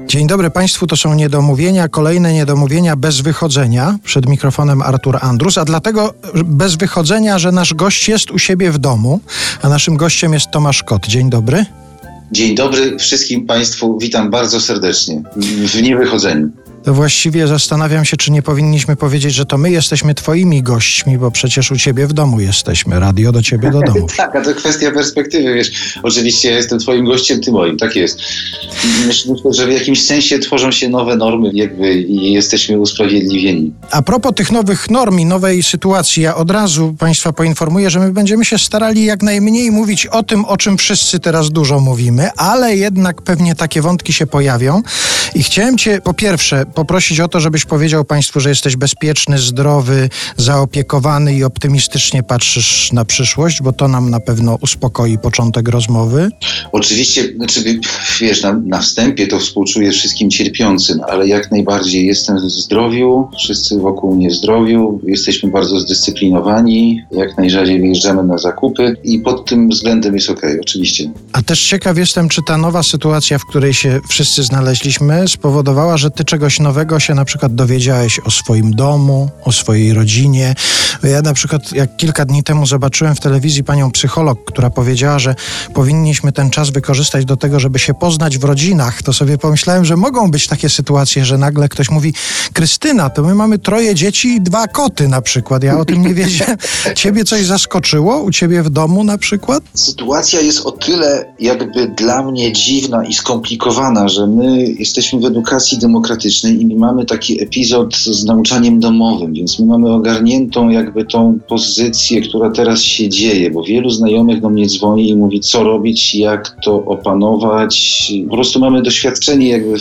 Dzień dobry Państwu, to są niedomówienia, kolejne niedomówienia bez wychodzenia. Przed mikrofonem Artur Andrus, a dlatego bez wychodzenia, że nasz gość jest u siebie w domu, a naszym gościem jest Tomasz Kot. Dzień dobry. Dzień dobry wszystkim Państwu, witam bardzo serdecznie w niewychodzeniu. To właściwie zastanawiam się, czy nie powinniśmy powiedzieć, że to my jesteśmy twoimi gośćmi, bo przecież u ciebie w domu jesteśmy, radio do ciebie do domu. Tak, a to kwestia perspektywy, wiesz. Oczywiście ja jestem twoim gościem, ty moim, tak jest. Myślę, że w jakimś sensie tworzą się nowe normy i jesteśmy usprawiedliwieni. A propos tych nowych norm i nowej sytuacji, ja od razu Państwa poinformuję, że my będziemy się starali jak najmniej mówić o tym, o czym wszyscy teraz dużo mówimy, ale jednak pewnie takie wątki się pojawią i chciałem cię po pierwsze poprosić o to, żebyś powiedział Państwu, że jesteś bezpieczny, zdrowy, zaopiekowany i optymistycznie patrzysz na przyszłość, bo to nam na pewno uspokoi początek rozmowy. Oczywiście, wiesz, na wstępie to współczuję wszystkim cierpiącym, ale jak najbardziej jestem w zdrowiu, wszyscy wokół mnie w zdrowiu, jesteśmy bardzo zdyscyplinowani, jak najrzadziej wyjeżdżamy na zakupy i pod tym względem jest okej, oczywiście. A też ciekaw jestem, czy ta nowa sytuacja, w której się wszyscy znaleźliśmy, spowodowała, że ty czegoś nowego się na przykład dowiedziałeś o swoim domu, o swojej rodzinie. Ja na przykład jak kilka dni temu zobaczyłem w telewizji panią psycholog, która powiedziała, że powinniśmy ten czas wykorzystać do tego, żeby się poznać w rodzinach, to sobie pomyślałem, że mogą być takie sytuacje, że nagle ktoś mówi: Krystyna, to my mamy 3 dzieci i 2 koty na przykład. Ja o tym nie wiedziałem. Ciebie coś zaskoczyło? U ciebie w domu na przykład? Sytuacja jest o tyle jakby dla mnie dziwna i skomplikowana, że my jesteśmy w edukacji demokratycznej i mamy taki epizod z nauczaniem domowym, więc my mamy ogarniętą jakby tą pozycję, która teraz się dzieje, bo wielu znajomych do mnie dzwoni i mówi, co robić, jak to opanować. Po prostu mamy doświadczenie jakby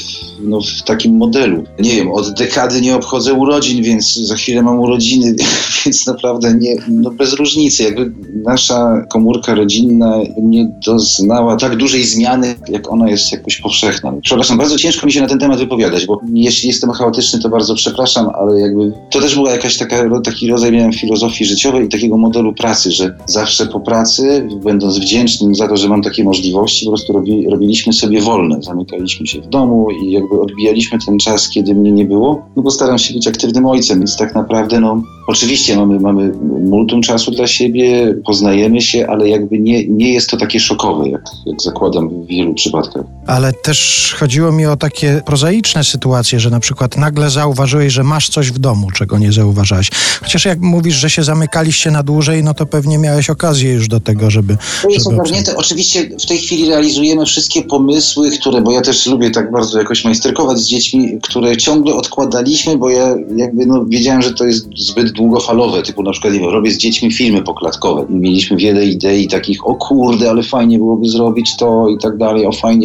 w takim modelu. Nie wiem, od dekady nie obchodzę urodzin, więc za chwilę mam urodziny, więc naprawdę bez różnicy. Jakby nasza komórka rodzinna nie doznała tak dużej zmiany, jak ona jest jakoś powszechna. Przepraszam, bardzo ciężko mi się na ten temat wypowiadać, bo jeśli jestem chaotyczny, to bardzo przepraszam, ale jakby to też była jakaś taki rodzaj miałem filozofii życiowej i takiego modelu pracy, że zawsze po pracy, będąc wdzięcznym za to, że mam takie możliwości, po prostu robiliśmy sobie wolne. Zamykaliśmy się w domu i jakby odbijaliśmy ten czas, kiedy mnie nie było, bo staram się być aktywnym ojcem, więc tak naprawdę oczywiście mamy multum czasu dla siebie, poznajemy się, ale jakby nie jest to takie szokowe, jak zakładam w wielu przypadkach. Ale też chodziło mi o takie prozaiczne sytuacje, że na przykład nagle zauważyłeś, że masz coś w domu, czego nie zauważałeś. Chociaż jak mówisz, że się zamykaliście na dłużej, no to pewnie miałeś okazję już do tego, żeby... To jest ogarnięte. Oczywiście w tej chwili realizujemy wszystkie pomysły, bo ja też lubię tak bardzo jakoś majsterkować z dziećmi, które ciągle odkładaliśmy, bo ja jakby wiedziałem, że to jest zbyt długofalowe, typu na przykład, nie wiem, robię z dziećmi filmy poklatkowe i mieliśmy wiele idei takich, o kurde, ale fajnie byłoby zrobić to i tak dalej,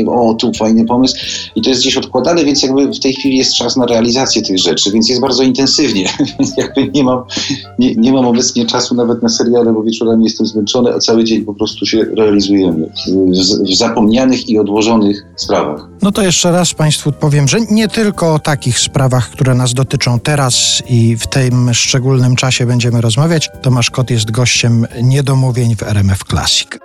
tu fajny pomysł i to jest gdzieś odkładane, więc jakby w tej chwili jest czas na realizację tych rzeczy, więc jest bardzo intensywnie, więc jakby nie mam obecnie czasu nawet na seriale, bo wieczorami jestem zmęczony, a cały dzień po prostu się realizujemy w zapomnianych i odłożonych sprawach. No to jeszcze raz Państwu powiem, że nie tylko o takich sprawach, które nas dotyczą teraz i w tym szczególnym czasie będziemy rozmawiać. Tomasz Kot jest gościem niedomówień w RMF Classic.